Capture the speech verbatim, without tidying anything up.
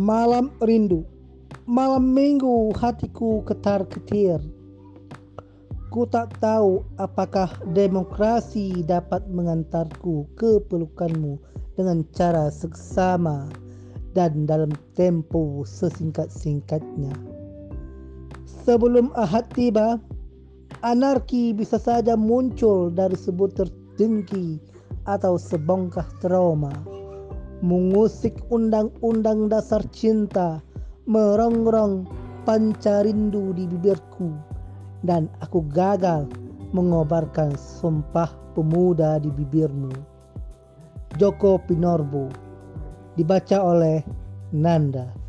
Malam rindu, malam minggu hatiku ketar-ketir. Ku tak tahu apakah demokrasi dapat mengantarku ke pelukanmu dengan cara seksama dan dalam tempo sesingkat-singkatnya. Sebelum Ahad tiba, anarki bisa saja muncul dari sebutir dengki atau sebongkah trauma. Mengusik undang-undang dasar cinta, merongrong panca rindu di bibirku, dan aku gagal mengobarkan sumpah pemuda di bibirmu. Joko Pinurbo, dibaca oleh Nanda.